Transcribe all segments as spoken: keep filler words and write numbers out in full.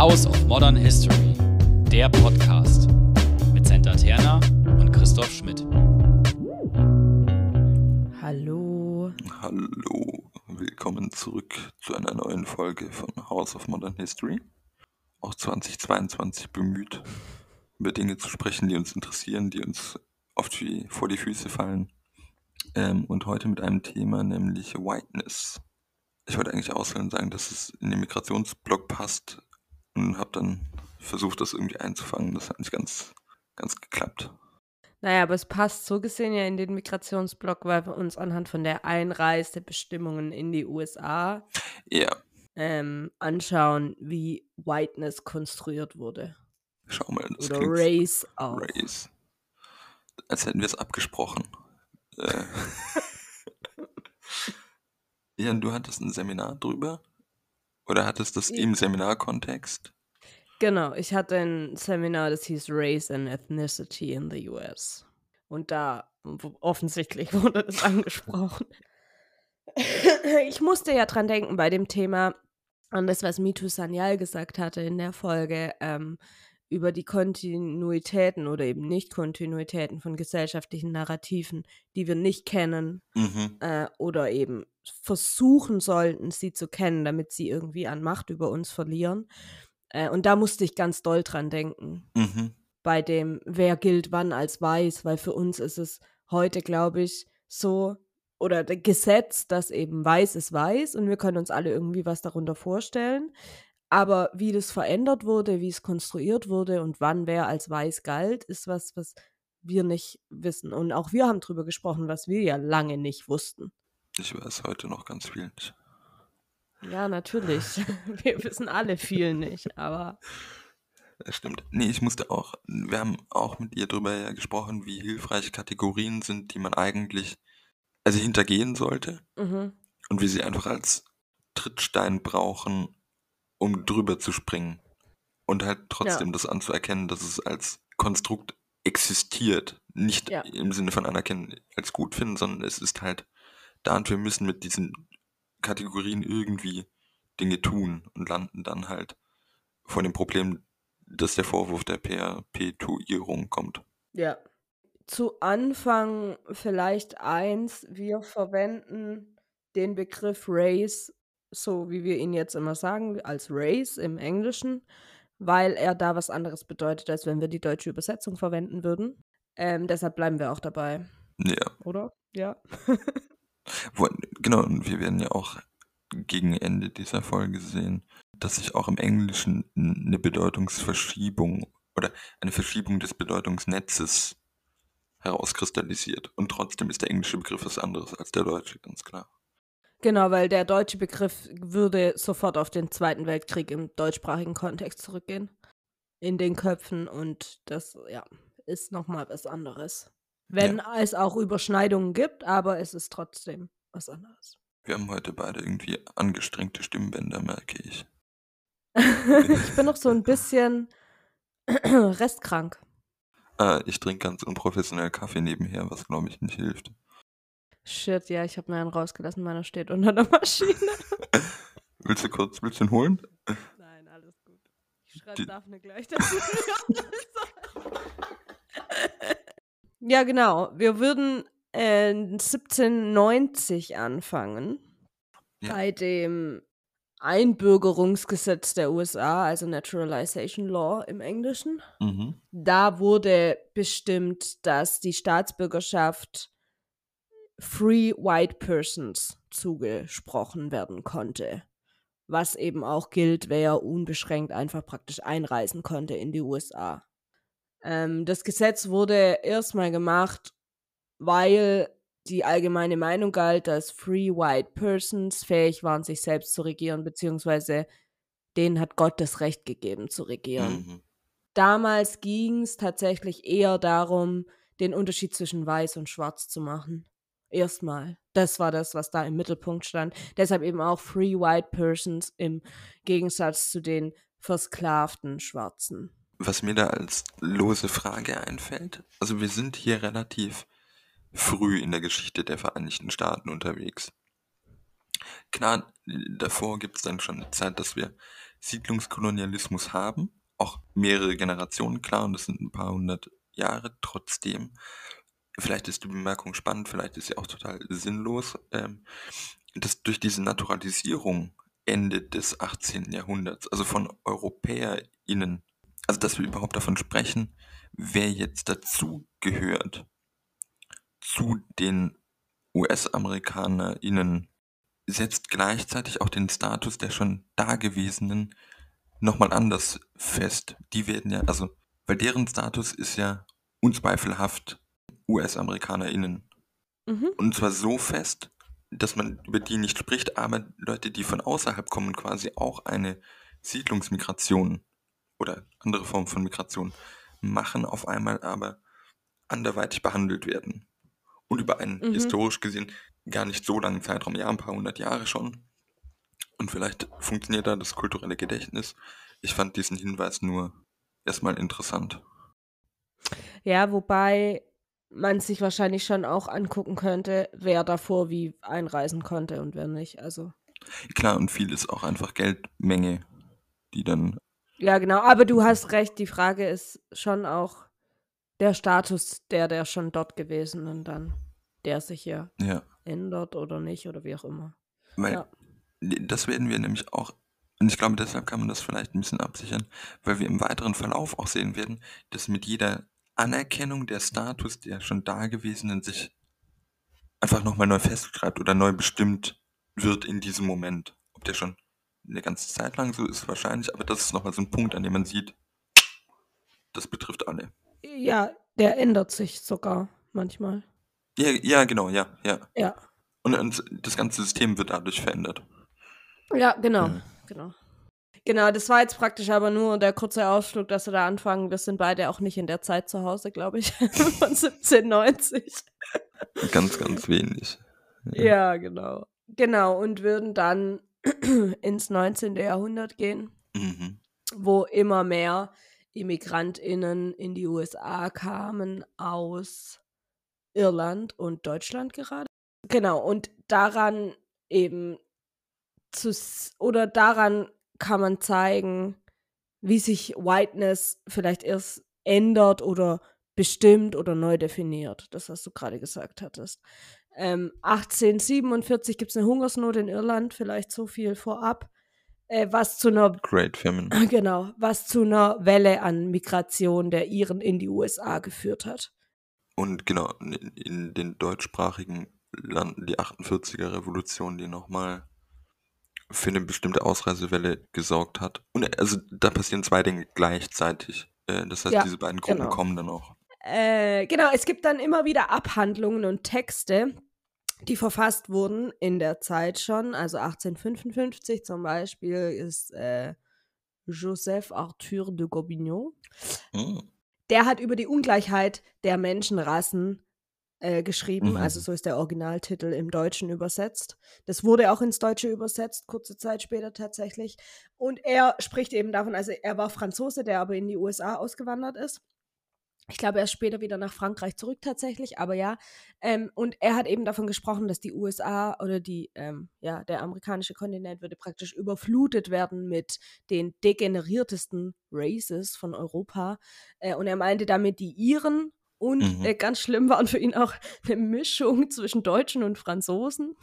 House of Modern History, der Podcast mit Senta Terna und Christoph Schmidt. Hallo. Hallo, willkommen zurück zu einer neuen Folge von House of Modern History. Auch zweitausendzweiundzwanzig bemüht, über Dinge zu sprechen, die uns interessieren, die uns oft wie vor die Füße fallen. Ähm, und heute mit einem Thema, nämlich Whiteness. Ich wollte eigentlich auswählen und sagen, dass es in den Migrationsblock passt und habe dann versucht, das irgendwie einzufangen. Das hat nicht ganz, ganz geklappt. Naja, aber es passt so gesehen ja in den Migrationsblock, weil wir uns anhand von der Einreisebestimmungen in die U S A Ja, ähm, anschauen, wie Whiteness konstruiert wurde. schau mal, das Oder klingt Race auch. Race. Als hätten wir es abgesprochen. Äh. Jan, du hattest ein Seminar drüber? Oder hattest das I- im Seminarkontext? Genau, ich hatte ein Seminar, das hieß Race and Ethnicity in the U S. Und da w- offensichtlich wurde das angesprochen. Ich musste ja dran denken bei dem Thema, an das, was Mitu Sanyal gesagt hatte in der Folge, ähm, über die Kontinuitäten oder eben Nicht-Kontinuitäten von gesellschaftlichen Narrativen, die wir nicht kennen Mhm. äh, oder eben versuchen sollten, sie zu kennen, damit sie irgendwie an Macht über uns verlieren. Äh, und da musste ich ganz doll dran denken, Mhm. bei dem, wer gilt wann als weiß, weil für uns ist es heute, glaube ich, so, oder das Gesetz, dass eben weiß ist weiß und wir können uns alle irgendwie was darunter vorstellen. Aber wie das verändert wurde, wie es konstruiert wurde und wann wer als weiß galt, ist was, was wir nicht wissen. Und auch wir haben drüber gesprochen, was wir ja lange nicht wussten. Ich weiß heute noch ganz viel nicht. Ja, natürlich. Wir wissen alle viel nicht, aber Das stimmt. Nee, ich musste auch, wir haben auch mit ihr drüber ja gesprochen, wie hilfreich Kategorien sind, die man eigentlich, also hintergehen sollte mhm. und wie sie einfach als Trittstein brauchen, um drüber zu springen. Und halt trotzdem Ja. das anzuerkennen, dass es als Konstrukt existiert. Nicht Ja. im Sinne von anerkennen als gut finden, sondern es ist halt da und wir müssen mit diesen Kategorien irgendwie Dinge tun und landen dann halt vor dem Problem, dass der Vorwurf der Perpetuierung kommt. Ja. Zu Anfang vielleicht eins, wir verwenden den Begriff Race, so wie wir ihn jetzt immer sagen, als Race im Englischen, weil er da was anderes bedeutet, als wenn wir die deutsche Übersetzung verwenden würden. Ähm, deshalb bleiben wir auch dabei, Ja, oder? Ja. Wo, genau, und wir werden ja auch gegen Ende dieser Folge sehen, dass sich auch im Englischen eine Bedeutungsverschiebung oder eine Verschiebung des Bedeutungsnetzes herauskristallisiert. Und trotzdem ist der englische Begriff was anderes als der deutsche, ganz klar. Genau, weil der deutsche Begriff würde sofort auf den Zweiten Weltkrieg im deutschsprachigen Kontext zurückgehen. In den Köpfen und das, ja, ist nochmal was anderes. Wenn Ja. es auch Überschneidungen gibt, aber es ist trotzdem was anderes. Wir haben heute beide irgendwie angestrengte Stimmbänder, merke ich. Ich bin noch so ein bisschen restkrank. Ah, ich trinke ganz unprofessionell Kaffee nebenher, was glaube ich nicht hilft. Shit, ja, ich habe mir einen rausgelassen, meiner steht unter der Maschine. Willst du kurz, willst du ihn holen? Nein, alles gut. Ich schreibe Die- Daphne gleich dazu. Ja, genau. Wir würden äh, siebzehnhundertneunzig anfangen. Ja. Bei dem Einbürgerungsgesetz der U S A, also Naturalization Law im Englischen. Mhm. Da wurde bestimmt, dass die Staatsbürgerschaft Free White Persons zugesprochen werden konnte. Was eben auch gilt, wer unbeschränkt einfach praktisch einreisen konnte in die U S A. Ähm, das Gesetz wurde erstmal gemacht, weil die allgemeine Meinung galt, dass Free White Persons fähig waren, sich selbst zu regieren, beziehungsweise denen hat Gott das Recht gegeben, zu regieren. Mhm. Damals ging es tatsächlich eher darum, den Unterschied zwischen Weiß und Schwarz zu machen. Erstmal. Das war das, was da im Mittelpunkt stand. Deshalb eben auch Free White Persons im Gegensatz zu den versklavten Schwarzen. Was mir da als lose Frage einfällt, also wir sind hier relativ früh in der Geschichte der Vereinigten Staaten unterwegs. Klar, davor gibt es dann schon eine Zeit, dass wir Siedlungskolonialismus haben, auch mehrere Generationen, klar, und das sind ein paar hundert Jahre, trotzdem, vielleicht ist die Bemerkung spannend, vielleicht ist sie auch total sinnlos, ähm, dass durch diese Naturalisierung Ende des achtzehnten Jahrhunderts, also von EuropäerInnen, also dass wir überhaupt davon sprechen, wer jetzt dazu gehört zu den U S-AmerikanerInnen, setzt gleichzeitig auch den Status der schon Dagewesenen nochmal anders fest. Die werden ja, also, weil deren Status ist ja unzweifelhaft U S-AmerikanerInnen. Mhm. Und zwar so fest, dass man über die nicht spricht, aber Leute, die von außerhalb kommen, quasi auch eine Siedlungsmigration oder andere Formen von Migration machen, auf einmal aber anderweitig behandelt werden. Und über einen Mhm. historisch gesehen gar nicht so langen Zeitraum, ja, ein paar hundert Jahre schon. Und vielleicht funktioniert da das kulturelle Gedächtnis. Ich fand diesen Hinweis nur erstmal interessant. Ja, wobei man sich wahrscheinlich schon auch angucken könnte, wer davor wie einreisen konnte und wer nicht. Also Klar, und viel ist auch einfach Geldmenge, die dann, ja, genau. Aber du hast recht. Die Frage ist schon auch der Status der der schon dort Gewesenen dann, der sich ja ja, ändert oder nicht oder wie auch immer. weil Ja. das werden wir nämlich auch, und ich glaube, deshalb kann man das vielleicht ein bisschen absichern, weil wir im weiteren Verlauf auch sehen werden, dass mit jeder Anerkennung der Status der schon Dagewesenen sich einfach nochmal neu festschreibt oder neu bestimmt wird in diesem Moment. Ob der schon eine ganze Zeit lang so ist, wahrscheinlich, aber das ist nochmal so ein Punkt, an dem man sieht, das betrifft alle. Ja, der ändert sich sogar manchmal. Ja, ja, genau, ja, ja. Ja. Und, und das ganze System wird dadurch verändert. Ja, genau. Ja. Genau. Genau, das war jetzt praktisch aber nur der kurze Ausflug, dass wir da anfangen. Wir sind beide auch nicht in der Zeit zu Hause, glaube ich, von siebzehnhundertneunzig. Ganz, ganz wenig. Ja, genau. Genau, und würden dann ins neunzehnten Jahrhundert gehen, Mhm. wo immer mehr ImmigrantInnen in die U S A kamen aus Irland und Deutschland gerade. Genau, und daran eben zu, s- oder daran kann man zeigen, wie sich Whiteness vielleicht erst ändert oder bestimmt oder neu definiert. Das, was du gerade gesagt hattest. Ähm, achtzehnhundertsiebenundvierzig gibt es eine Hungersnot in Irland, vielleicht so viel vorab, äh, was zu einer Great Famine. genau, was zu einer Welle an Migration der Iren in die U S A geführt hat. Und genau, in, in den deutschsprachigen Landen die achtundvierziger Revolution, die nochmal für eine bestimmte Ausreisewelle gesorgt hat. Und also da passieren zwei Dinge gleichzeitig. Äh, das heißt, Ja, diese beiden Gruppen genau. kommen dann auch. Äh, genau, es gibt dann immer wieder Abhandlungen und Texte, die verfasst wurden in der Zeit schon. Also achtzehnhundertfünfundfünfzig zum Beispiel ist äh, Joseph Arthur de Gobineau. Hm. Der hat über die Ungleichheit der Menschenrassen äh, geschrieben. Mhm. Also so ist der Originaltitel im Deutschen übersetzt. Das wurde auch ins Deutsche übersetzt, kurze Zeit später tatsächlich. Und er spricht eben davon, also er war Franzose, der aber in die U S A ausgewandert ist. Ich glaube, er ist später wieder nach Frankreich zurück tatsächlich, aber ja. Ähm, und er hat eben davon gesprochen, dass die U S A oder die, ähm, ja, der amerikanische Kontinent würde praktisch überflutet werden mit den degeneriertesten Races von Europa. Äh, und er meinte damit die Iren und Mhm. äh, ganz schlimm waren für ihn auch eine Mischung zwischen Deutschen und Franzosen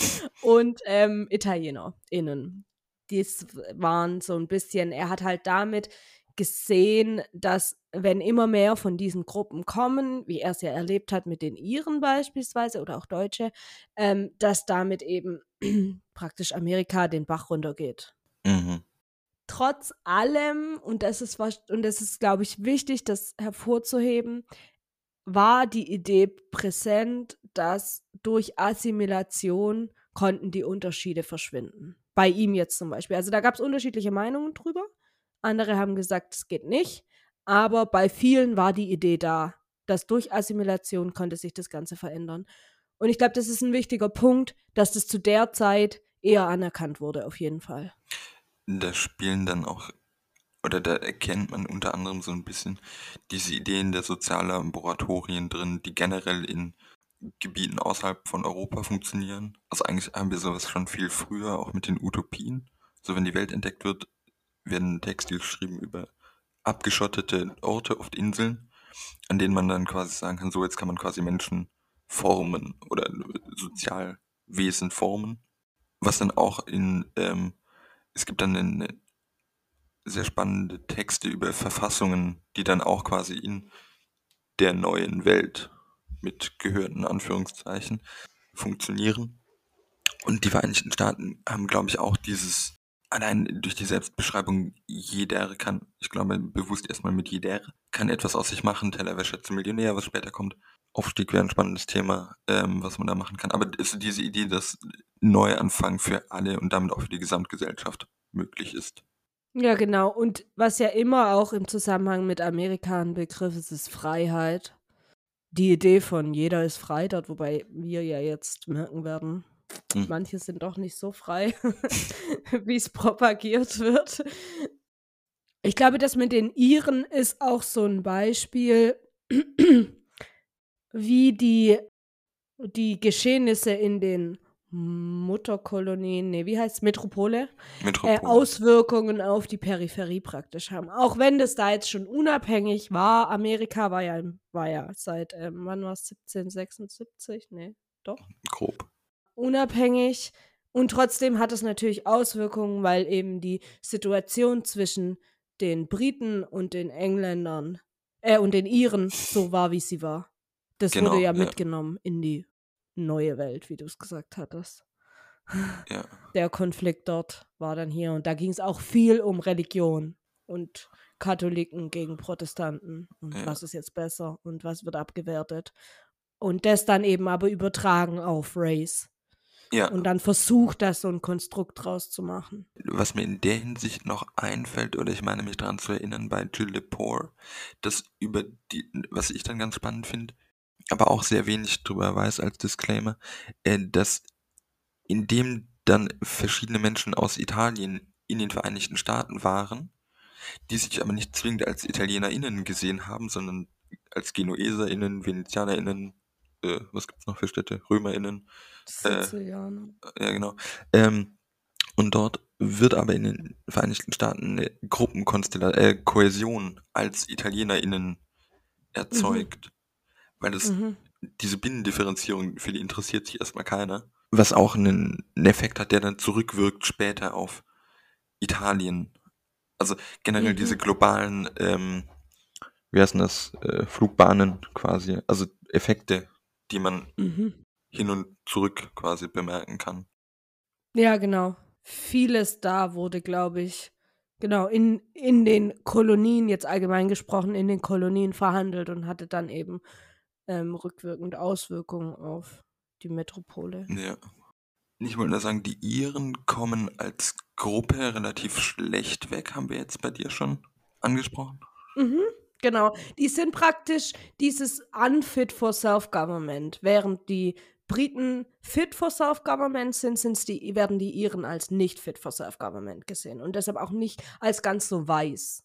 und ähm, ItalienerInnen. Das waren so ein bisschen, er hat halt damit gesehen, dass wenn immer mehr von diesen Gruppen kommen, wie er es ja erlebt hat mit den Iren beispielsweise oder auch Deutsche, ähm, dass damit eben praktisch Amerika den Bach runtergeht. Mhm. Trotz allem, und das ist, was- und das ist, glaube ich, wichtig, das hervorzuheben, war die Idee präsent, dass durch Assimilation konnten die Unterschiede verschwinden. Bei ihm jetzt zum Beispiel. Also da gab es unterschiedliche Meinungen drüber. Andere haben gesagt, es geht nicht. Aber bei vielen war die Idee da, dass durch Assimilation konnte sich das Ganze verändern. Und ich glaube, das ist ein wichtiger Punkt, dass das zu der Zeit eher anerkannt wurde, auf jeden Fall. Da spielen dann auch, oder da erkennt man unter anderem so ein bisschen diese Ideen der Soziallaboratorien drin, die generell in Gebieten außerhalb von Europa funktionieren. Also eigentlich haben wir sowas schon viel früher, auch mit den Utopien. So wenn die Welt entdeckt wird, werden Texte geschrieben über abgeschottete Orte, oft Inseln, an denen man dann quasi sagen kann, so jetzt kann man quasi Menschen formen oder Sozialwesen formen. Was dann auch in, ähm, es gibt dann eine sehr spannende Texte über Verfassungen, die dann auch quasi in der neuen Welt mit gehörten Anführungszeichen funktionieren. Und die Vereinigten Staaten haben, glaube ich, auch dieses, allein durch die Selbstbeschreibung, jeder kann, ich glaube bewusst erstmal mit jeder, kann etwas aus sich machen, Tellerwäscher zum Millionär, was später kommt. Aufstieg wäre ein spannendes Thema, ähm, was man da machen kann. Aber ist diese Idee, dass Neuanfang für alle und damit auch für die Gesamtgesellschaft möglich ist. Ja, genau. Und was ja immer auch im Zusammenhang mit Amerika ein Begriff ist, ist Freiheit. Die Idee von jeder ist frei dort, wobei wir ja jetzt merken werden, Hm. manche sind doch nicht so frei, wie es propagiert wird. Ich glaube, das mit den Iren ist auch so ein Beispiel, wie die, die Geschehnisse in den Mutterkolonien, nee, wie heißt es, Metropole, äh, Metropole. Auswirkungen auf die Peripherie praktisch haben. Auch wenn das da jetzt schon unabhängig war, Amerika war ja, war ja seit, ähm, wann war es, siebzehnhundertsechsundsiebzig? Nee, doch. Grob. Unabhängig. Und trotzdem hat es natürlich Auswirkungen, weil eben die Situation zwischen den Briten und den Engländern, äh, und den Iren so war, wie sie war. Das Genau, wurde ja ja. mitgenommen in die neue Welt, wie du es gesagt hattest. Ja. Der Konflikt dort war dann hier. Und da ging es auch viel um Religion und Katholiken gegen Protestanten. Und Ja. was ist jetzt besser und was wird abgewertet. Und das dann eben aber übertragen auf Race. Ja. Und dann versucht, da so ein Konstrukt draus zu machen. Was mir in der Hinsicht noch einfällt, oder ich meine mich daran zu erinnern, bei Jill Lepore, dass über die, was ich dann ganz spannend finde, aber auch sehr wenig drüber weiß als Disclaimer, äh, dass indem dann verschiedene Menschen aus Italien in den Vereinigten Staaten waren, die sich aber nicht zwingend als ItalienerInnen gesehen haben, sondern als GenueserInnen, VenezianerInnen, äh, was gibt's noch für Städte? RömerInnen, Äh, Sizilianer. ja genau. Ähm, und dort wird aber in den Vereinigten Staaten eine Gruppenkonstellation, äh, Kohäsion als ItalienerInnen erzeugt. Weil das, Mhm. diese Binnendifferenzierung, für die interessiert sich erstmal keiner. Was auch einen, einen Effekt hat, der dann zurückwirkt später auf Italien. Also generell Mhm. diese globalen, ähm, wie heißt denn das, äh, Flugbahnen quasi, also Effekte, die man Mhm. hin und zurück quasi bemerken kann. Ja, genau. Vieles da wurde, glaube ich, genau, in, in den Kolonien, jetzt allgemein gesprochen, in den Kolonien verhandelt und hatte dann eben ähm, rückwirkend Auswirkungen auf die Metropole. Ja. Ich wollte nur sagen, die Iren kommen als Gruppe relativ schlecht weg, haben wir jetzt bei dir schon angesprochen. Mhm, genau. Die sind praktisch dieses unfit for self-government. Während die Briten fit for self-government sind, sind's die, werden die Iren als nicht fit for self-government gesehen und deshalb auch nicht als ganz so weiß.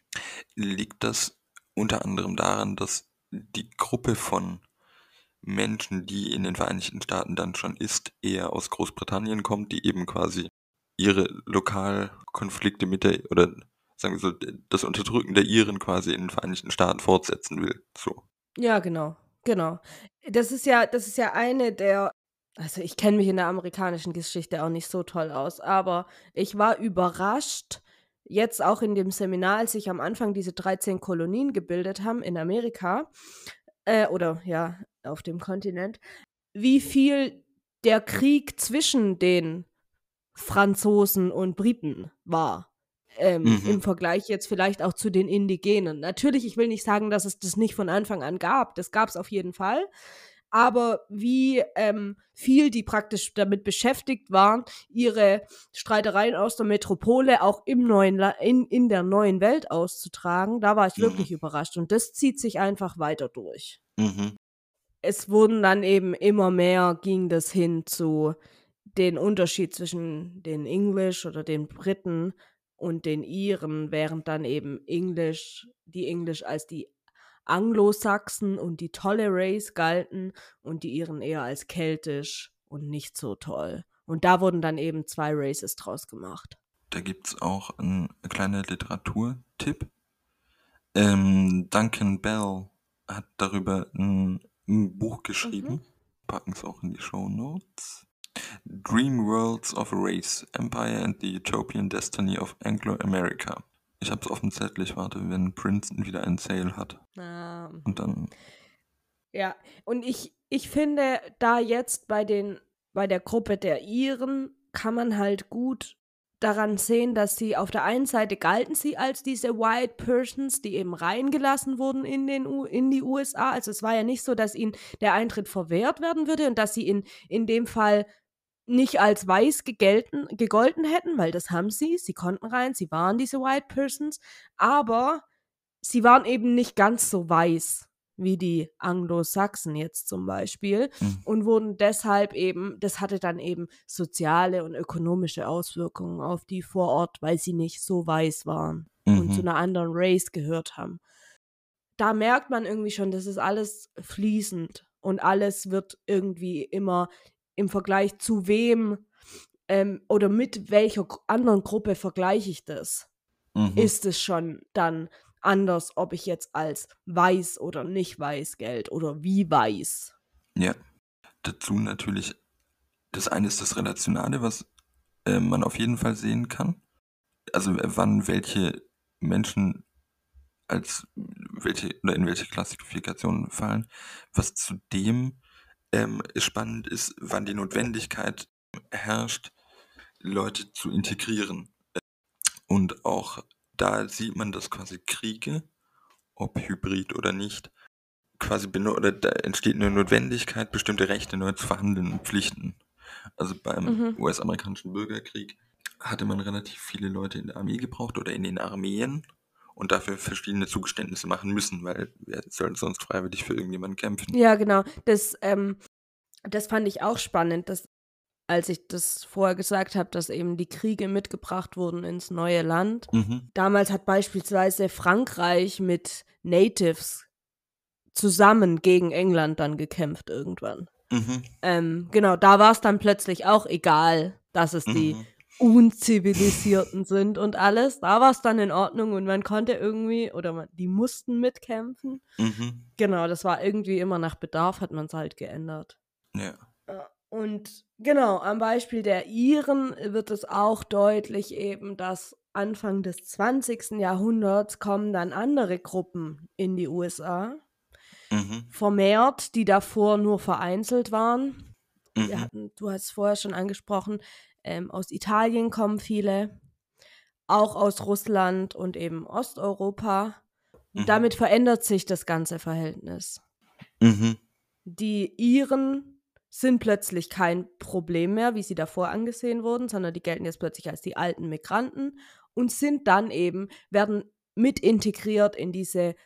Liegt das unter anderem daran, dass die Gruppe von Menschen, die in den Vereinigten Staaten dann schon ist, eher aus Großbritannien kommt, die eben quasi ihre Lokalkonflikte mit der, oder sagen wir so, das Unterdrücken der Iren quasi in den Vereinigten Staaten fortsetzen will. So. Ja, genau, genau. Das ist ja, das ist ja eine der, also ich kenne mich in der amerikanischen Geschichte auch nicht so toll aus, aber ich war überrascht, jetzt auch in dem Seminar, als sich am Anfang diese dreizehn Kolonien gebildet haben in Amerika, äh, oder ja, auf dem Kontinent, wie viel der Krieg zwischen den Franzosen und Briten war. Ähm, Mhm. Im Vergleich jetzt vielleicht auch zu den Indigenen. Natürlich, ich will nicht sagen, dass es das nicht von Anfang an gab. Das gab es auf jeden Fall. Aber wie ähm, viel die praktisch damit beschäftigt waren, ihre Streitereien aus der Metropole auch im neuen La- in, in der neuen Welt auszutragen, da war ich Mhm. wirklich überrascht. Und das zieht sich einfach weiter durch. Mhm. Es wurden dann eben immer mehr, ging das hin zu den Unterschied zwischen den English oder den Briten und den Iren, während dann eben English, die English als die Anglo-Sachsen und die tolle Race galten und die Iren eher als keltisch und nicht so toll. Und da wurden dann eben zwei Races draus gemacht. Da gibt es auch einen kleinen Literaturtipp. Ähm, Duncan Bell hat darüber ein, ein Buch geschrieben. Mhm. Packen es auch in die Shownotes. Dream Worlds of a Race, Empire and the Utopian Destiny of Anglo-America. Ich hab's auf dem Zettel, ich warte, wenn Princeton wieder einen Sale hat. Ah, mhm. Und dann, Ja, und ich, ich finde, da jetzt bei den, bei der Gruppe der Iren kann man halt gut daran sehen, dass sie auf der einen Seite galten sie als diese White Persons, die eben reingelassen wurden in, den U, in die U S A. Also es war ja nicht so, dass ihnen der Eintritt verwehrt werden würde und dass sie in, in dem Fall nicht als weiß gegelten, gegolten hätten, weil das haben sie. Sie konnten rein, sie waren diese White Persons, aber sie waren eben nicht ganz so weiß wie die Anglo-Sachsen jetzt zum Beispiel hm, und wurden deshalb eben, das hatte dann eben soziale und ökonomische Auswirkungen auf die vor Ort, weil sie nicht so weiß waren und zu mhm, einer anderen Race gehört haben. Da merkt man irgendwie schon, das ist alles fließend und alles wird irgendwie immer im Vergleich zu wem ähm, oder mit welcher gr- anderen Gruppe vergleiche ich das, mhm, ist es schon dann anders, ob ich jetzt als weiß oder nicht weiß gelte oder wie weiß. ja. Dazu natürlich, das eine ist das Relationale, was äh, man auf jeden Fall sehen kann. Also äh, wann welche Menschen als welche oder in welche Klassifikationen fallen. Was zudem ähm, spannend ist, wann die Notwendigkeit herrscht, Leute zu integrieren. Und auch da sieht man, dass quasi Kriege, ob hybrid oder nicht, quasi beno- oder da entsteht eine Notwendigkeit, bestimmte Rechte neu zu verhandeln und Pflichten. Also beim Mhm. U S-amerikanischen Bürgerkrieg hatte man relativ viele Leute in der Armee gebraucht oder in den Armeen und dafür verschiedene Zugeständnisse machen müssen, weil wer soll sonst freiwillig für irgendjemanden kämpfen? Ja, genau. Das, ähm, das fand ich auch spannend, dass, als ich das vorher gesagt habe, dass eben die Kriege mitgebracht wurden ins neue Land. Mhm. Damals hat beispielsweise Frankreich mit Natives zusammen gegen England dann gekämpft irgendwann. Mhm. Ähm, genau, da war es dann plötzlich auch egal, dass es die Mhm. Unzivilisierten sind und alles. Da war es dann in Ordnung und man konnte irgendwie, oder man, die mussten mitkämpfen. Mhm. Genau, das war irgendwie immer nach Bedarf, hat man es halt geändert. Ja. Ja, und genau, am Beispiel der Iren wird es auch deutlich eben, dass Anfang des zwanzigsten Jahrhunderts kommen dann andere Gruppen in die U S A, Mhm. vermehrt, die davor nur vereinzelt waren. Wir Mhm. hatten, du hast es vorher schon angesprochen, ähm, aus Italien kommen viele, auch aus Russland und eben Osteuropa. Und Mhm. damit verändert sich das ganze Verhältnis. Mhm. Die Iren sind plötzlich kein Problem mehr, wie sie davor angesehen wurden, sondern die gelten jetzt plötzlich als die alten Migranten und sind dann eben, werden mit integriert in diese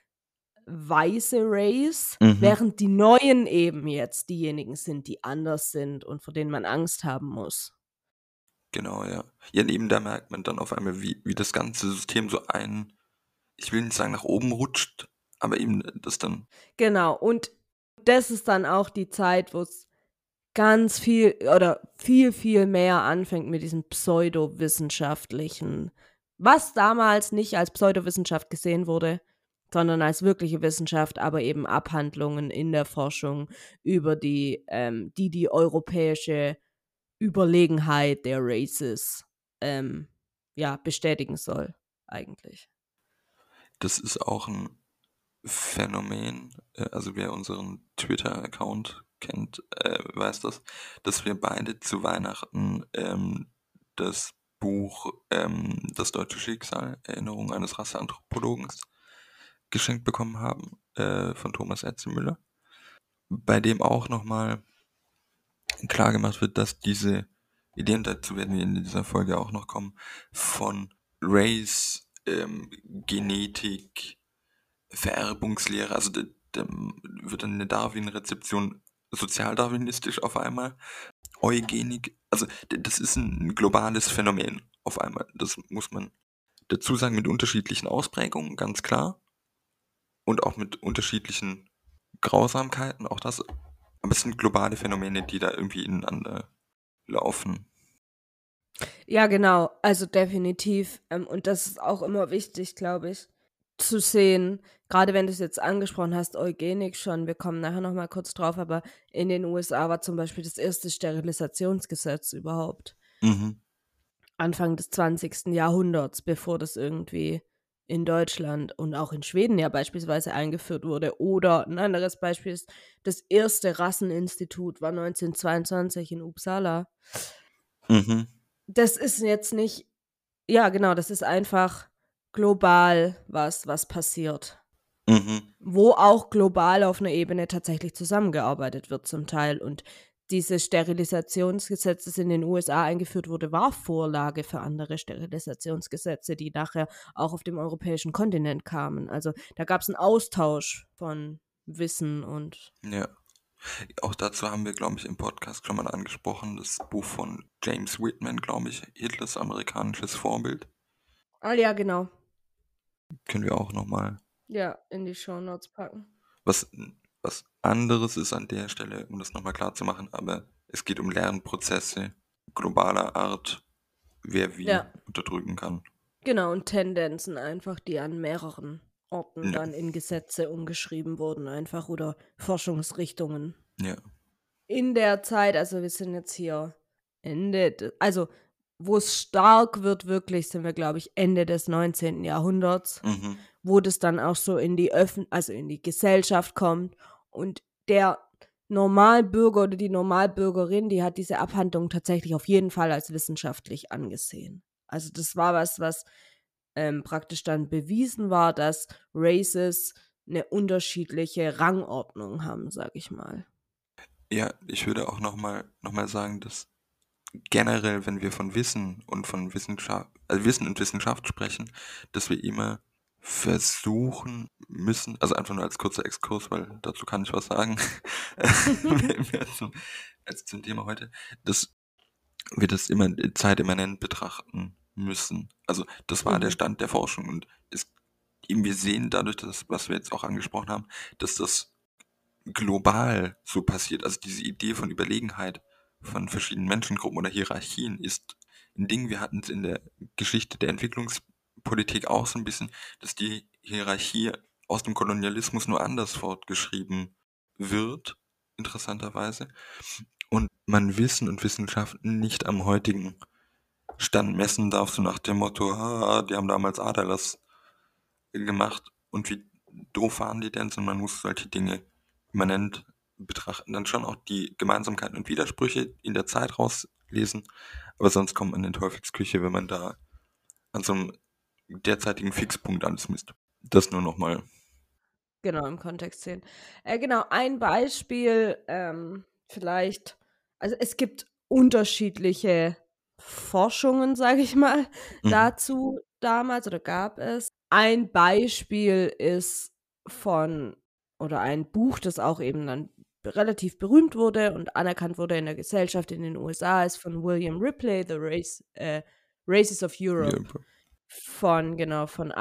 weiße Race, Mhm. während die Neuen eben jetzt diejenigen sind, die anders sind und vor denen man Angst haben muss. Genau, ja. Ja, und eben da merkt man dann auf einmal, wie, wie das ganze System so ein, ich will nicht sagen nach oben rutscht, aber eben das dann, Genau, und das ist dann auch die Zeit, wo es ganz viel oder viel, viel mehr anfängt mit diesem pseudowissenschaftlichen, was damals nicht als Pseudowissenschaft gesehen wurde, sondern als wirkliche Wissenschaft, aber eben Abhandlungen in der Forschung über die, ähm, die die europäische Überlegenheit der Races ähm, ja, bestätigen soll, eigentlich. das ist auch ein Phänomen, äh, also wer unseren Twitter-Account kennt, äh, weiß das, dass wir beide zu Weihnachten ähm, das Buch ähm, Das deutsche Schicksal, Erinnerung eines Rasseanthropologen geschenkt bekommen haben, äh, von Thomas Etzemüller, bei dem auch nochmal klar gemacht wird, dass diese Ideen, dazu werden wir in dieser Folge auch noch kommen, von Race, ähm, Genetik, Vererbungslehre, also da, da wird dann eine Darwin-Rezeption sozialdarwinistisch auf einmal, Eugenik, also d- das ist ein globales Phänomen auf einmal, das muss man dazu sagen, mit unterschiedlichen Ausprägungen, ganz klar, und auch mit unterschiedlichen Grausamkeiten, auch das, aber es sind globale Phänomene, die da irgendwie ineinander laufen. Ja, genau. Also definitiv. Ähm, und das ist auch immer wichtig, glaube ich, zu sehen. Gerade wenn du es jetzt angesprochen hast, Eugenik schon. Wir kommen nachher noch mal kurz drauf. Aber in den U S A war zum Beispiel das erste Sterilisationsgesetz überhaupt Mhm. Anfang des zwanzigsten Jahrhunderts, bevor das irgendwie in Deutschland und auch in Schweden ja beispielsweise eingeführt wurde. Oder ein anderes Beispiel ist, das erste Rasseninstitut war neunzehnhundertzweiundzwanzig in Uppsala. Mhm. Das ist jetzt nicht, ja genau, das ist einfach global was, was passiert. Mhm. Wo auch global auf einer Ebene tatsächlich zusammengearbeitet wird zum Teil. Und dieses Sterilisationsgesetz, das in den U S A eingeführt wurde, war Vorlage für andere Sterilisationsgesetze, die nachher auch auf dem europäischen Kontinent kamen. Also da gab es einen Austausch von Wissen und Ja. Auch dazu haben wir, glaube ich, im Podcast schon mal angesprochen, das Buch von James Whitman, glaube ich, Hitlers amerikanisches Vorbild. ah ja, genau. Können wir auch nochmal. Ja, in die Shownotes packen. Was, was anderes ist an der Stelle, um das nochmal klar zu machen, aber es geht um Lernprozesse globaler Art, wer wie Ja. unterdrücken kann. Genau, und Tendenzen einfach, die an mehreren Orten Ja. dann in Gesetze umgeschrieben wurden einfach oder Forschungsrichtungen. Ja. In der Zeit, also wir sind jetzt hier Ende, de- also wo es stark wird wirklich, sind wir, glaube ich, Ende des neunzehnten Jahrhunderts, Mhm. wo das dann auch so in die Öffn also in die Gesellschaft kommt und der Normalbürger oder die Normalbürgerin, die hat diese Abhandlung tatsächlich auf jeden Fall als wissenschaftlich angesehen. Also das war was, was ähm, praktisch dann bewiesen war, dass Races eine unterschiedliche Rangordnung haben, sag ich mal. Ja, ich würde auch nochmal noch mal sagen, dass generell, wenn wir von Wissen und von Wissenschaft, also Wissen und Wissenschaft sprechen, dass wir immer versuchen müssen, also einfach nur als kurzer Exkurs, weil dazu kann ich was sagen, mehr zum, als zum Thema heute, dass wir das immer zeitimmanent betrachten müssen. Also das war der Mhm. Stand der Forschung und es, eben wir sehen dadurch, dass, was wir jetzt auch angesprochen haben, dass das global so passiert. Also diese Idee von Überlegenheit von verschiedenen Menschengruppen oder Hierarchien ist ein Ding. Wir hatten es in der Geschichte der Entwicklungspolitik auch so ein bisschen, dass die Hierarchie aus dem Kolonialismus nur anders fortgeschrieben wird, interessanterweise. Und man Wissen und Wissenschaften nicht am heutigen Stand messen darf, so nach dem Motto, ah, die haben damals Aderlass gemacht und wie doof waren die denn, sondern man muss solche Dinge immanent betrachten, dann schon auch die Gemeinsamkeiten und Widersprüche in der Zeit rauslesen, aber sonst kommt man in Teufelsküche, wenn man da an so einem derzeitigen Fixpunkt alles misst. Das nur nochmal. Genau, im Kontext sehen. Äh, genau, ein Beispiel, ähm, vielleicht, also es gibt unterschiedliche Forschungen, sage ich mal, Mhm. dazu damals oder gab es. Ein Beispiel ist von, oder ein Buch, das auch eben dann relativ berühmt wurde und anerkannt wurde in der Gesellschaft in den U S A, ist von William Ripley, The Race, äh, Races of Europe, Ja. von, genau, von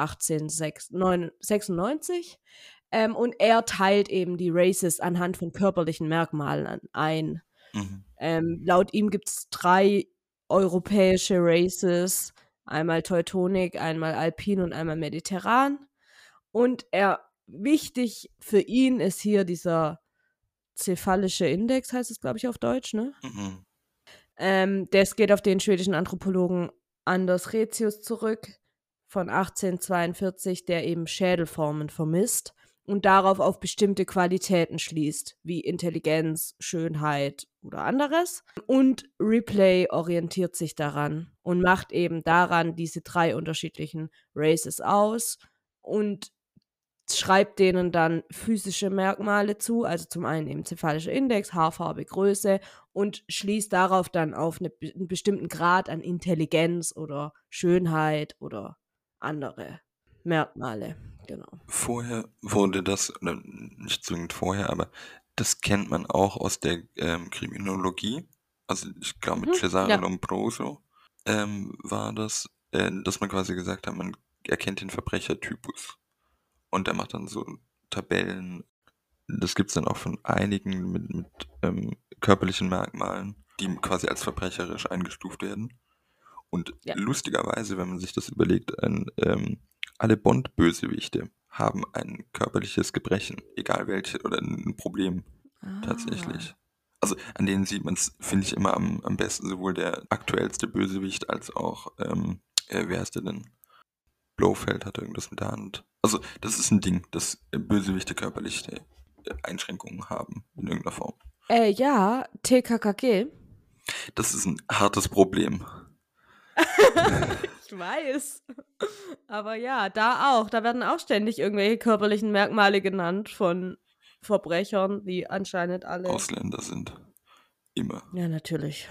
achtzehnhundertsechsundneunzig. Ähm, und er teilt eben die Races anhand von körperlichen Merkmalen an, ein. Mhm. Ähm, laut ihm gibt es drei europäische Races, einmal Teutonik, einmal Alpin und einmal Mediterran. Und er, wichtig für ihn ist hier dieser cephalische Index, heißt es, glaube ich, auf Deutsch, ne? Mhm. Ähm, das geht auf den schwedischen Anthropologen Anders Retzius zurück von achtzehnhundertzweiundvierzig, der eben Schädelformen vermisst und darauf auf bestimmte Qualitäten schließt, wie Intelligenz, Schönheit oder anderes. Und Ripley orientiert sich daran und macht eben daran diese drei unterschiedlichen Races aus und schreibt denen dann physische Merkmale zu, also zum einen eben cephalischer Index, Haarfarbe, Größe und schließt darauf dann auf eine, einen bestimmten Grad an Intelligenz oder Schönheit oder andere Merkmale. Genau. Vorher wurde das, oder nicht zwingend vorher, aber das kennt man auch aus der ähm, Kriminologie. Also ich glaube mit Mhm, Cesare ja. Lombroso ähm, war das, äh, dass man quasi gesagt hat, man erkennt den Verbrechertypus. Und der macht dann so Tabellen. Das gibt's dann auch von einigen mit, mit ähm, körperlichen Merkmalen, die quasi als verbrecherisch eingestuft werden. Und Ja. lustigerweise, wenn man sich das überlegt, ein, ähm, alle Bond-Bösewichte haben ein körperliches Gebrechen, egal welche, oder ein Problem Ah. tatsächlich. Also an denen sieht man es, finde ich, immer am, am besten, sowohl der aktuellste Bösewicht als auch, ähm, äh, wer heißt der denn? Blofeld hat irgendwas mit der Hand. Also das ist ein Ding, dass äh, Bösewichte körperliche äh, Einschränkungen haben in irgendeiner Form. Äh, ja, T K K G. Das ist ein hartes Problem. Ich weiß. Aber ja, da auch. Da werden auch ständig irgendwelche körperlichen Merkmale genannt von Verbrechern, die anscheinend alle. Ausländer sind immer. Ja, natürlich.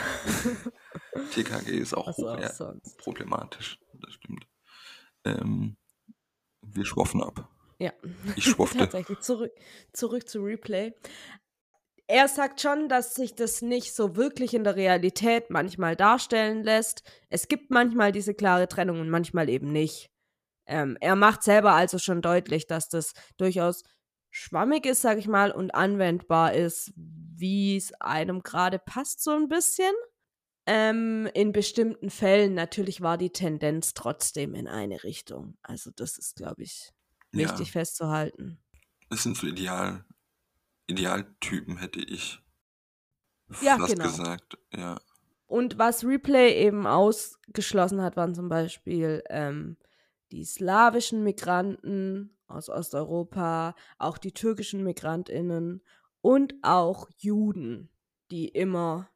T K G ist auch Was hoch auch ja, sonst. problematisch, das stimmt. Ähm, wir schwoffen ab. Ja, Ich schwofte. tatsächlich. Zurück, zurück zu Replay. Er sagt schon, dass sich das nicht so wirklich in der Realität manchmal darstellen lässt. Es gibt manchmal diese klare Trennung und manchmal eben nicht. Ähm, er macht selber also schon deutlich, dass das durchaus schwammig ist, sag ich mal, und anwendbar ist, wie es einem gerade passt, so ein bisschen. Ähm, in bestimmten Fällen natürlich war die Tendenz trotzdem in eine Richtung. Also das ist, glaube ich, wichtig Ja, festzuhalten. das sind so Ideal, Idealtypen, hätte ich Ja, fast genau. gesagt. Ja. Und was Replay eben ausgeschlossen hat, waren zum Beispiel ähm, die slawischen Migranten aus Osteuropa, auch die türkischen MigrantInnen und auch Juden, die immer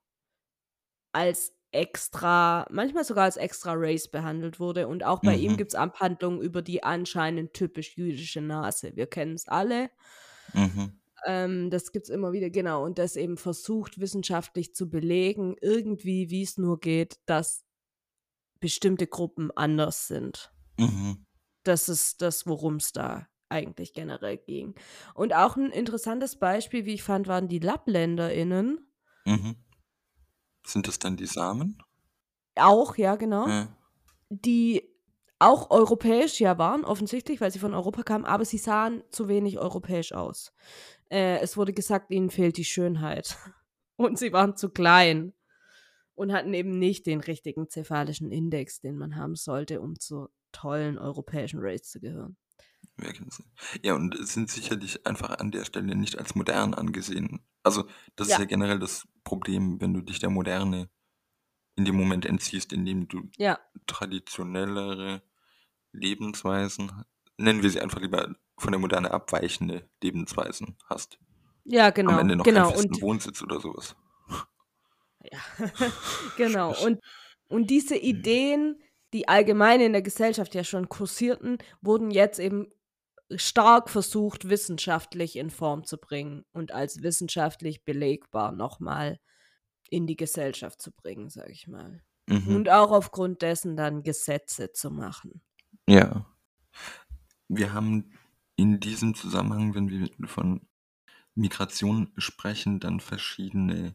als extra, manchmal sogar als extra Race behandelt wurde. Und auch bei ihm Mhm. gibt es Abhandlungen über die anscheinend typisch jüdische Nase. Wir kennen es alle. Mhm. Ähm, das gibt es immer wieder, genau. Und das eben versucht, wissenschaftlich zu belegen, irgendwie, wie es nur geht, dass bestimmte Gruppen anders sind. Mhm. Das ist das, worum es da eigentlich generell ging. Und auch ein interessantes Beispiel, wie ich fand, waren die LappländerInnen. Mhm. Sind das dann die Samen? Auch, ja, genau. Ja. Die auch europäisch ja waren, offensichtlich, weil sie von Europa kamen, aber sie sahen zu wenig europäisch aus. Äh, es wurde gesagt, ihnen fehlt die Schönheit. Und sie waren zu klein und hatten eben nicht den richtigen cephalischen Index, den man haben sollte, um zur tollen europäischen Race zu gehören. Wer kennt sie? Ja, und sind sicherlich einfach an der Stelle nicht als modern angesehen. Also, das ist Ja. ja generell das Problem, wenn du dich der Moderne in dem Moment entziehst, in dem du Ja, traditionellere Lebensweisen, nennen wir sie einfach lieber von der Moderne abweichende Lebensweisen hast. ja, Am genau, Ende noch keinen genau. festen Und Wohnsitz oder sowas. ja, genau. Schwierig. Und, und diese Ideen, die allgemein in der Gesellschaft ja schon kursierten, wurden jetzt eben stark versucht, wissenschaftlich in Form zu bringen und als wissenschaftlich belegbar nochmal in die Gesellschaft zu bringen, sage ich mal. Mhm. Und auch aufgrund dessen dann Gesetze zu machen. Ja. Wir haben in diesem Zusammenhang, wenn wir von Migration sprechen, dann verschiedene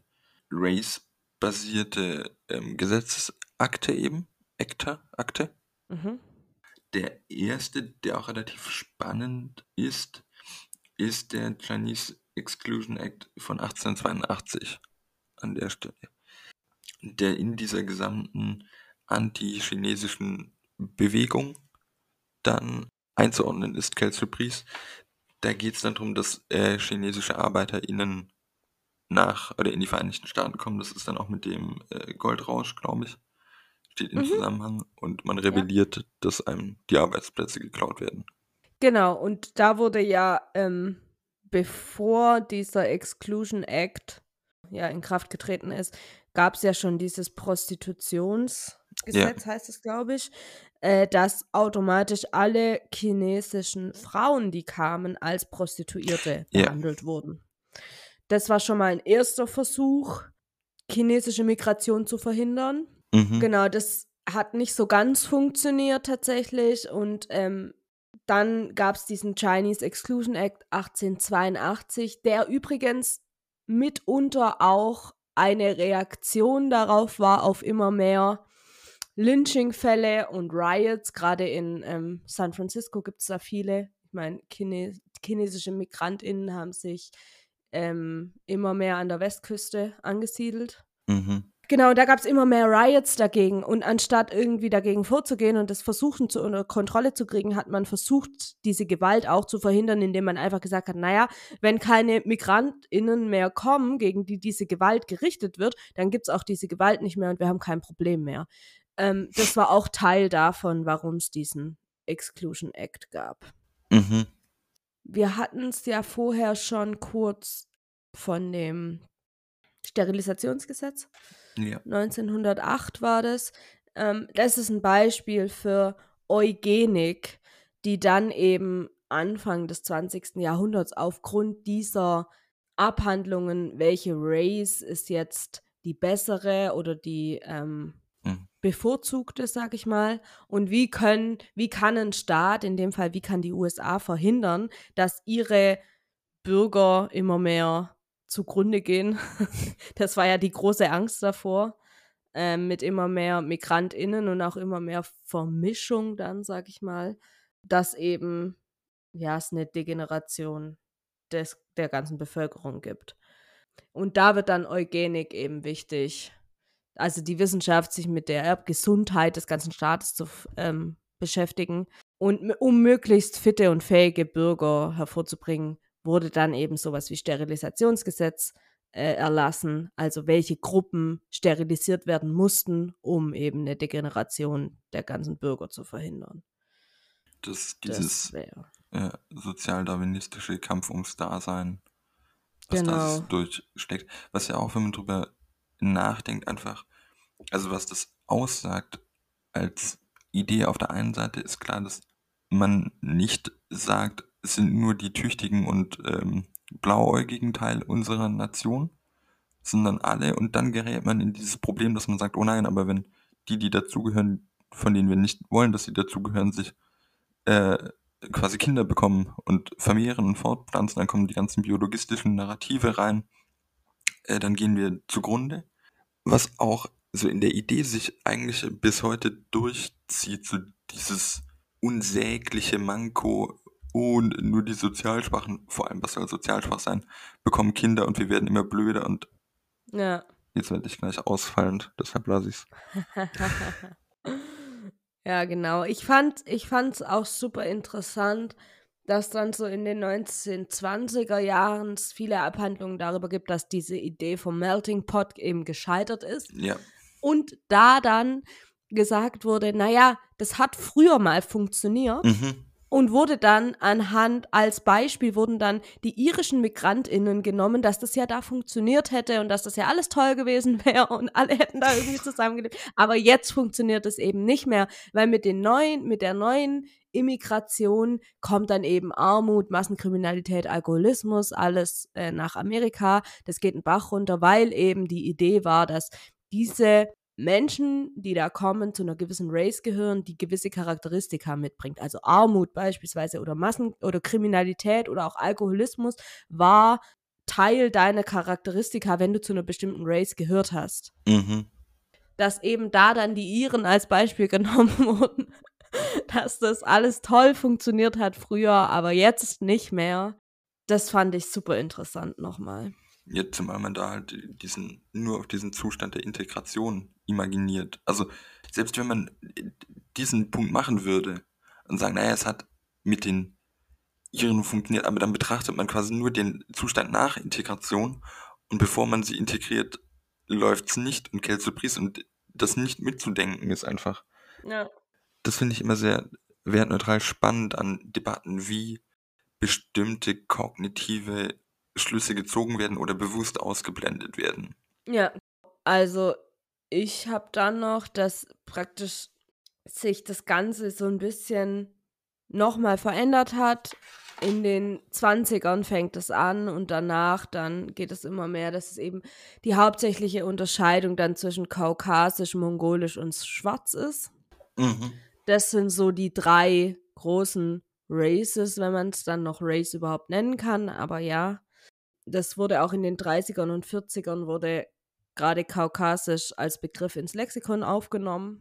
race-basierte ähm, Gesetzesakte eben, Akte, Akte. Mhm. Der erste, der auch relativ spannend ist, ist der Chinese Exclusion Act von achtzehnhundertzweiundachtzig an der Stelle, der in dieser gesamten anti-chinesischen Bewegung dann einzuordnen ist, Quelle Surprise. Da geht es dann darum, dass äh, chinesische ArbeiterInnen nach oder in die Vereinigten Staaten kommen. Das ist dann auch mit dem äh, Goldrausch, glaube ich, steht im Mhm. Zusammenhang, und man rebelliert, dass einem die Arbeitsplätze geklaut werden. Genau, und da wurde ja, ähm, bevor dieser Exclusion Act ja in Kraft getreten ist, gab es ja schon dieses Prostitutionsgesetz, heißt es, glaube ich, äh, dass automatisch alle chinesischen Frauen, die kamen, als Prostituierte Ja. behandelt wurden. Das war schon mal ein erster Versuch, chinesische Migration zu verhindern. Mhm. Genau, das hat nicht so ganz funktioniert tatsächlich. Und ähm, dann gab es diesen Chinese Exclusion Act achtzehnhundertzweiundachtzig, der übrigens mitunter auch eine Reaktion darauf war, auf immer mehr Lynching-Fälle und Riots. Gerade in ähm, San Francisco gibt es da viele. Ich meine, Chine- chinesische MigrantInnen haben sich ähm, immer mehr an der Westküste angesiedelt. Mhm. Genau, da gab es immer mehr Riots dagegen und anstatt irgendwie dagegen vorzugehen und das versuchen zu unter Kontrolle zu kriegen, hat man versucht, diese Gewalt auch zu verhindern, indem man einfach gesagt hat, naja, wenn keine MigrantInnen mehr kommen, gegen die diese Gewalt gerichtet wird, dann gibt es auch diese Gewalt nicht mehr und wir haben kein Problem mehr. Ähm, das war auch Teil davon, warum es diesen Exclusion Act gab. Mhm. Wir hatten es ja vorher schon kurz von dem Sterilisationsgesetz. Ja. neunzehnhundertacht war das. Ähm, das ist ein Beispiel für Eugenik, die dann eben Anfang des zwanzigsten Jahrhunderts aufgrund dieser Abhandlungen, welche Race ist jetzt die bessere oder die ähm, Mhm. bevorzugte, sag ich mal, und wie können, wie kann ein Staat, in dem Fall, wie kann die U S A verhindern, dass ihre Bürger immer mehr zugrunde gehen. Das war ja die große Angst davor, ähm, mit immer mehr MigrantInnen und auch immer mehr Vermischung dann, sag ich mal, dass eben, ja, es eine Degeneration des, der ganzen Bevölkerung gibt. Und da wird dann Eugenik eben wichtig. Also die Wissenschaft, sich mit der Erbgesundheit des ganzen Staates zu ähm, beschäftigen. Und m- um möglichst fitte und fähige Bürger hervorzubringen, wurde dann eben sowas wie Sterilisationsgesetz äh, erlassen, also welche Gruppen sterilisiert werden mussten, um eben eine Degeneration der ganzen Bürger zu verhindern. Das, Das dieses wäre. äh, sozialdarwinistische Kampf ums Dasein, was da Genau. sich durchsteckt. Was ja auch, wenn man drüber nachdenkt, einfach, also was das aussagt als Idee auf der einen Seite, ist klar, dass man nicht sagt, es sind nur die tüchtigen und ähm, blauäugigen Teil unserer Nation, sondern alle, und dann gerät man in dieses Problem, dass man sagt, oh nein, aber wenn die, die dazugehören, von denen wir nicht wollen, dass sie dazugehören, sich äh, quasi Kinder bekommen und vermehren und fortpflanzen, dann kommen die ganzen biologistischen Narrative rein, äh, dann gehen wir zugrunde. Was auch so in der Idee sich eigentlich bis heute durchzieht, so dieses unsägliche Manko, und nur die Sozialschwachen, vor allem was soll sozialschwach sein, bekommen Kinder und wir werden immer blöder und Ja. jetzt werde ich gleich ausfallend, deshalb lasse ich es. Ja, genau. Ich fand ich fand's auch super interessant, dass dann so in den neunzehnhundertzwanziger Jahren es viele Abhandlungen darüber gibt, dass diese Idee vom Melting Pot eben gescheitert ist. Ja. Und da dann gesagt wurde, naja, das hat früher mal funktioniert. Mhm. Und wurde dann anhand, als Beispiel wurden dann die irischen MigrantInnen genommen, dass das ja da funktioniert hätte und dass das ja alles toll gewesen wäre und alle hätten da irgendwie zusammengelebt. Aber jetzt funktioniert es eben nicht mehr, weil mit den neuen, mit der neuen Immigration kommt dann eben Armut, Massenkriminalität, Alkoholismus, alles äh, nach Amerika. Das geht einen Bach runter, weil eben die Idee war, dass diese Menschen, die da kommen, zu einer gewissen Race gehören, die gewisse Charakteristika mitbringt. Also Armut beispielsweise oder Massen- oder Kriminalität oder auch Alkoholismus war Teil deiner Charakteristika, wenn du zu einer bestimmten Race gehört hast. Mhm. Dass eben da dann die Iren als Beispiel genommen wurden, dass das alles toll funktioniert hat früher, aber jetzt nicht mehr. Das fand ich super interessant nochmal. Jetzt, zumal man da halt diesen, nur auf diesen Zustand der Integration imaginiert. Also selbst wenn man diesen Punkt machen würde und sagen, naja, es hat mit den Iren funktioniert, aber dann betrachtet man quasi nur den Zustand nach Integration und bevor man sie integriert, läuft es nicht und Kelsey Priest und das nicht mitzudenken ist einfach. Ja. Das finde ich immer sehr wertneutral spannend an Debatten, wie bestimmte kognitive Schlüsse gezogen werden oder bewusst ausgeblendet werden. Ja, also ich habe dann noch, dass praktisch sich das Ganze so ein bisschen nochmal verändert hat. In den zwanzigern fängt es an und danach dann geht es immer mehr, dass es eben die hauptsächliche Unterscheidung dann zwischen kaukasisch, mongolisch und schwarz ist. Mhm. Das sind so die drei großen Races, wenn man es dann noch Race überhaupt nennen kann, aber ja. Das wurde auch in den dreißigern und vierzigern wurde gerade kaukasisch als Begriff ins Lexikon aufgenommen.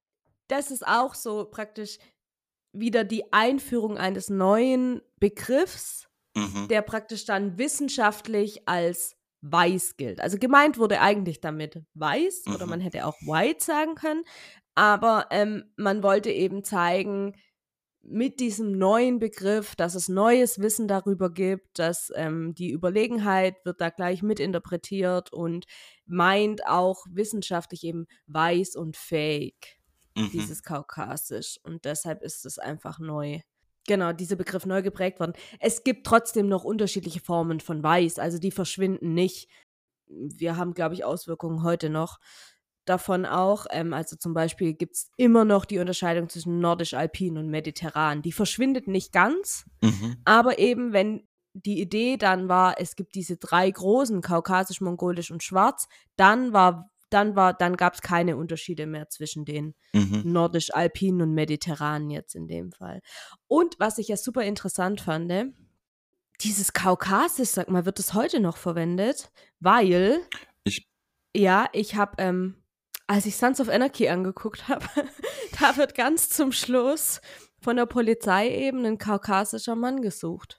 Das ist auch so praktisch wieder die Einführung eines neuen Begriffs, Mhm. der praktisch dann wissenschaftlich als weiß gilt. Also gemeint wurde eigentlich damit weiß oder Mhm. man hätte auch white sagen können, aber ähm, man wollte eben zeigen, mit diesem neuen Begriff, dass es neues Wissen darüber gibt, dass ähm, die Überlegenheit wird da gleich mitinterpretiert und meint auch wissenschaftlich eben weiß und fake, Mhm. dieses Kaukasisch. Und deshalb ist es einfach neu. Genau, dieser Begriff neu geprägt worden. Es gibt trotzdem noch unterschiedliche Formen von weiß, also die verschwinden nicht. Wir haben, glaube ich, Auswirkungen heute noch davon auch. Ähm, also zum Beispiel gibt es immer noch die Unterscheidung zwischen nordisch-alpin und mediterran. Die verschwindet nicht ganz, Mhm. aber eben, wenn die Idee dann war, es gibt diese drei großen, kaukasisch, mongolisch und schwarz, dann war, dann war, dann gab es keine Unterschiede mehr zwischen den Mhm. nordisch-alpinen und mediterranen jetzt in dem Fall. Und was ich ja super interessant fand, dieses Kaukasisch, sag mal, wird es heute noch verwendet, weil Ich, ja, ich habe, ähm, als ich Sons of Anarchy angeguckt habe, da wird ganz zum Schluss von der Polizei eben ein kaukasischer Mann gesucht.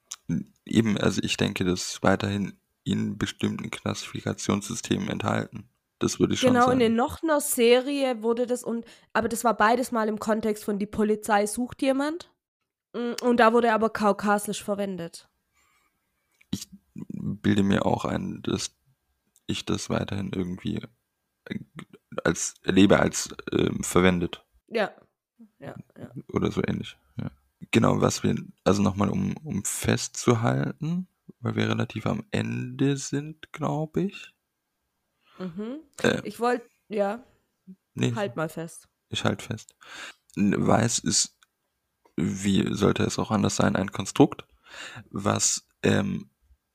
eben, also ich denke, das ist weiterhin in bestimmten Klassifikationssystemen enthalten. Das würde ich schon Genau, und in sagen. noch einer Serie wurde das, und aber das war beides mal im Kontext von die Polizei sucht jemand. Mm, Und da wurde aber kaukasisch verwendet. Ich bilde mir auch ein, dass ich das weiterhin irgendwie äh, als erlebe als ähm, verwendet Ja, ja, ja. oder so ähnlich. Ja. Genau, was wir, also nochmal um, um festzuhalten, weil wir relativ am Ende sind, glaube ich. Mhm. Äh, Ich wollte, ja, nee, halt mal fest. ich halte fest. N- Weiß ist, wie sollte es auch anders sein, ein Konstrukt, was ähm,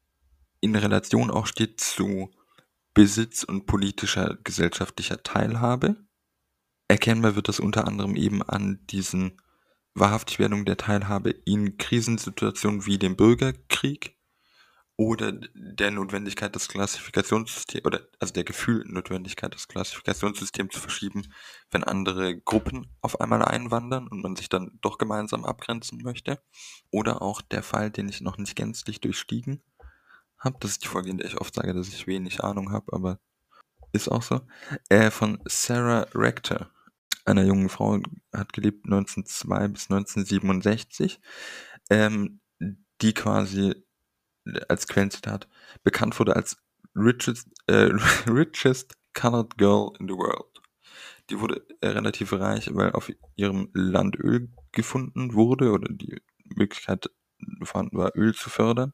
in Relation auch steht zu Besitz und politischer gesellschaftlicher Teilhabe. Erkennbar wird das unter anderem eben an diesen Wahrhaftigwerdung der Teilhabe in Krisensituationen wie dem Bürgerkrieg oder der Notwendigkeit des Klassifikationssystems oder also der gefühlten Notwendigkeit des Klassifikationssystems zu verschieben, wenn andere Gruppen auf einmal einwandern und man sich dann doch gemeinsam abgrenzen möchte. Oder auch der Fall, den ich noch nicht gänzlich durchstiegen habe, das ist die Folge, in der ich oft sage, dass ich wenig Ahnung habe, aber ist auch so, äh, von Sarah Rector, einer jungen Frau, hat gelebt neunzehnhundertzwei bis neunzehnhundertsiebenundsechzig, ähm, die quasi als Quellenzitat bekannt wurde als richest, äh, richest colored girl in the world. Die wurde äh, relativ reich, weil auf ihrem Land Öl gefunden wurde oder die Möglichkeit vorhanden war, Öl zu fördern.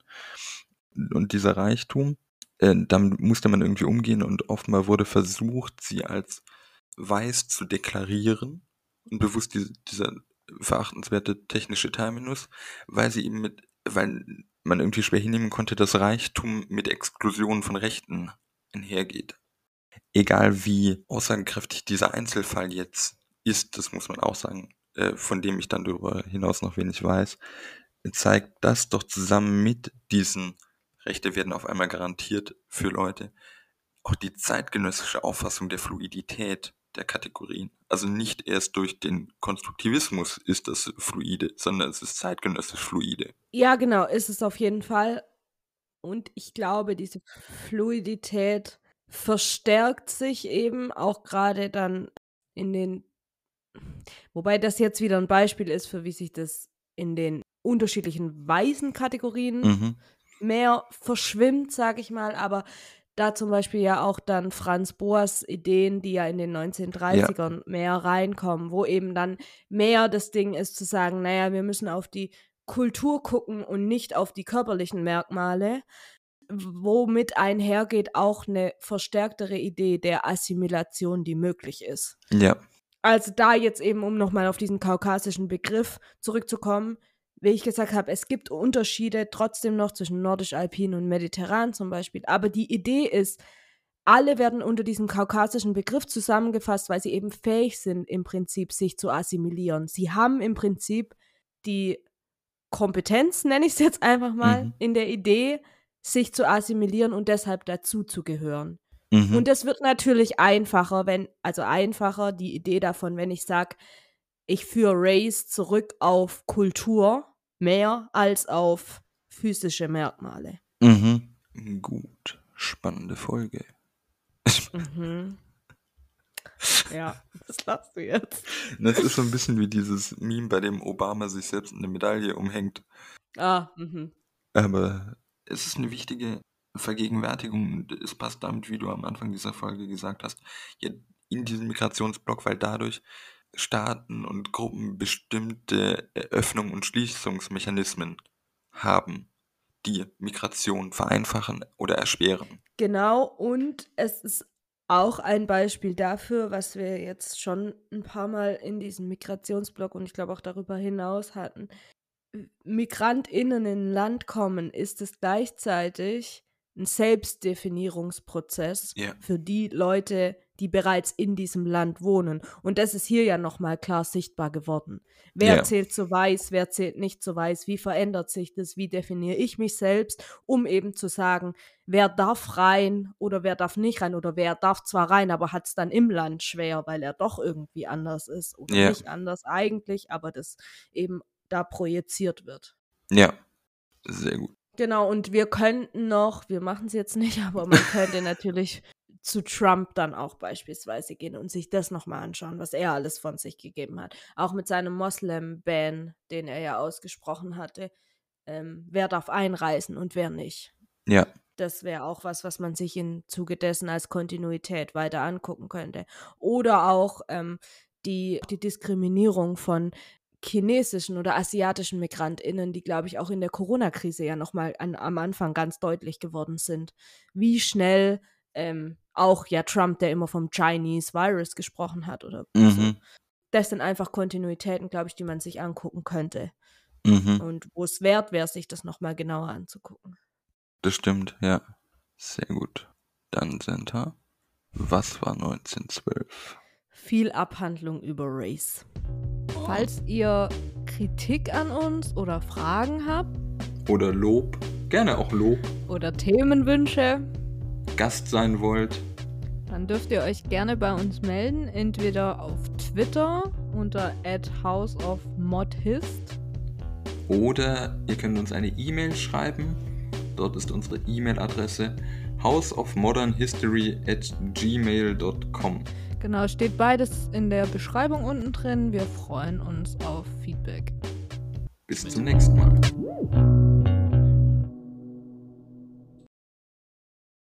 Und dieser Reichtum, äh, damit musste man irgendwie umgehen und offenbar wurde versucht, sie als weiß zu deklarieren und bewusst diese, dieser verachtenswerte technische Terminus, weil sie eben mit, weil man irgendwie schwer hinnehmen konnte, dass Reichtum mit Exklusion von Rechten einhergeht. Egal wie aussagekräftig dieser Einzelfall jetzt ist, das muss man auch sagen, äh, von dem ich dann darüber hinaus noch wenig weiß, zeigt das doch zusammen mit diesen Rechte werden auf einmal garantiert für Leute, auch die zeitgenössische Auffassung der Fluidität der Kategorien. Also nicht erst durch den Konstruktivismus ist das fluide, sondern es ist zeitgenössisch fluide. Ja, genau, ist es auf jeden Fall. Und ich glaube, diese Fluidität verstärkt sich eben auch gerade dann in den, wobei das jetzt wieder ein Beispiel ist, für wie sich das in den unterschiedlichen weißen Kategorien Mhm. mehr verschwimmt, sage ich mal, aber da zum Beispiel ja auch dann Franz Boas Ideen, die ja in den neunzehnhundertdreißigern mehr reinkommen, wo eben dann mehr das Ding ist zu sagen, naja, wir müssen auf die Kultur gucken und nicht auf die körperlichen Merkmale, womit einhergeht auch eine verstärktere Idee der Assimilation, die möglich ist. Ja. Also da jetzt eben, um nochmal auf diesen kaukasischen Begriff zurückzukommen, wie ich gesagt habe, es gibt Unterschiede trotzdem noch zwischen nordisch-alpin und mediterran zum Beispiel. Aber die Idee ist, alle werden unter diesem kaukasischen Begriff zusammengefasst, weil sie eben fähig sind, im Prinzip sich zu assimilieren. Sie haben im Prinzip die Kompetenz, nenne ich es jetzt einfach mal, Mhm. in der Idee, sich zu assimilieren und deshalb dazu zu gehören. Mhm. Und das wird natürlich einfacher, wenn, also einfacher die Idee davon, wenn ich sage, ich führe Race zurück auf Kultur mehr als auf physische Merkmale. Mhm. Gut. Spannende Folge. Mhm. Ja, was lachst du jetzt? Das ist so ein bisschen wie dieses Meme, bei dem Obama sich selbst eine Medaille umhängt. Ah, mhm. Aber es ist eine wichtige Vergegenwärtigung und es passt damit, wie du am Anfang dieser Folge gesagt hast, ja, in diesem Migrationsblock, weil dadurch Staaten und Gruppen bestimmte Öffnungs- und Schließungsmechanismen haben, die Migration vereinfachen oder erschweren. Genau, und es ist auch ein Beispiel dafür, was wir jetzt schon ein paar Mal in diesem Migrationsblock und ich glaube auch darüber hinaus hatten. MigrantInnen in ein Land kommen, ist es gleichzeitig ein Selbstdefinierungsprozess Ja. für die Leute, die bereits in diesem Land wohnen. Und das ist hier ja nochmal klar sichtbar geworden. Wer Ja. zählt so weiß, wer zählt nicht so weiß, wie verändert sich das, wie definiere ich mich selbst, um eben zu sagen, wer darf rein oder wer darf nicht rein oder wer darf zwar rein, aber hat es dann im Land schwer, weil er doch irgendwie anders ist oder Ja. nicht anders eigentlich, aber das eben da projiziert wird. Ja, sehr gut. Genau, und wir könnten noch, wir machen es jetzt nicht, aber man könnte natürlich zu Trump dann auch beispielsweise gehen und sich das nochmal anschauen, was er alles von sich gegeben hat. Auch mit seinem Moslem-Ban, den er ja ausgesprochen hatte. Ähm, wer darf einreisen und wer nicht. Ja. Das wäre auch was, was man sich im Zuge dessen als Kontinuität weiter angucken könnte. Oder auch ähm, die, die Diskriminierung von chinesischen oder asiatischen MigrantInnen, die, glaube ich, auch in der Corona-Krise ja nochmal am Anfang ganz deutlich geworden sind. Wie schnell ähm, auch ja Trump, der immer vom Chinese Virus gesprochen hat oder Mhm. so. Das sind einfach Kontinuitäten, glaube ich, die man sich angucken könnte. Mhm. Und wo es wert wäre, sich das nochmal genauer anzugucken. Das stimmt, ja. Sehr gut. Dann, Senta, was war neunzehnhundertzwölf? Viel Abhandlung über Race. Falls ihr Kritik an uns oder Fragen habt Oder Lob, gerne auch Lob, oder Themenwünsche, Gast sein wollt, dann dürft ihr euch gerne bei uns melden, entweder auf Twitter unter at houseofmodhist oder ihr könnt uns eine E-Mail schreiben. Dort ist unsere E-Mail-Adresse houseofmodernhistory at gmail dot com. Genau, steht beides in der Beschreibung unten drin. Wir freuen uns auf Feedback. Bis zum nächsten Mal.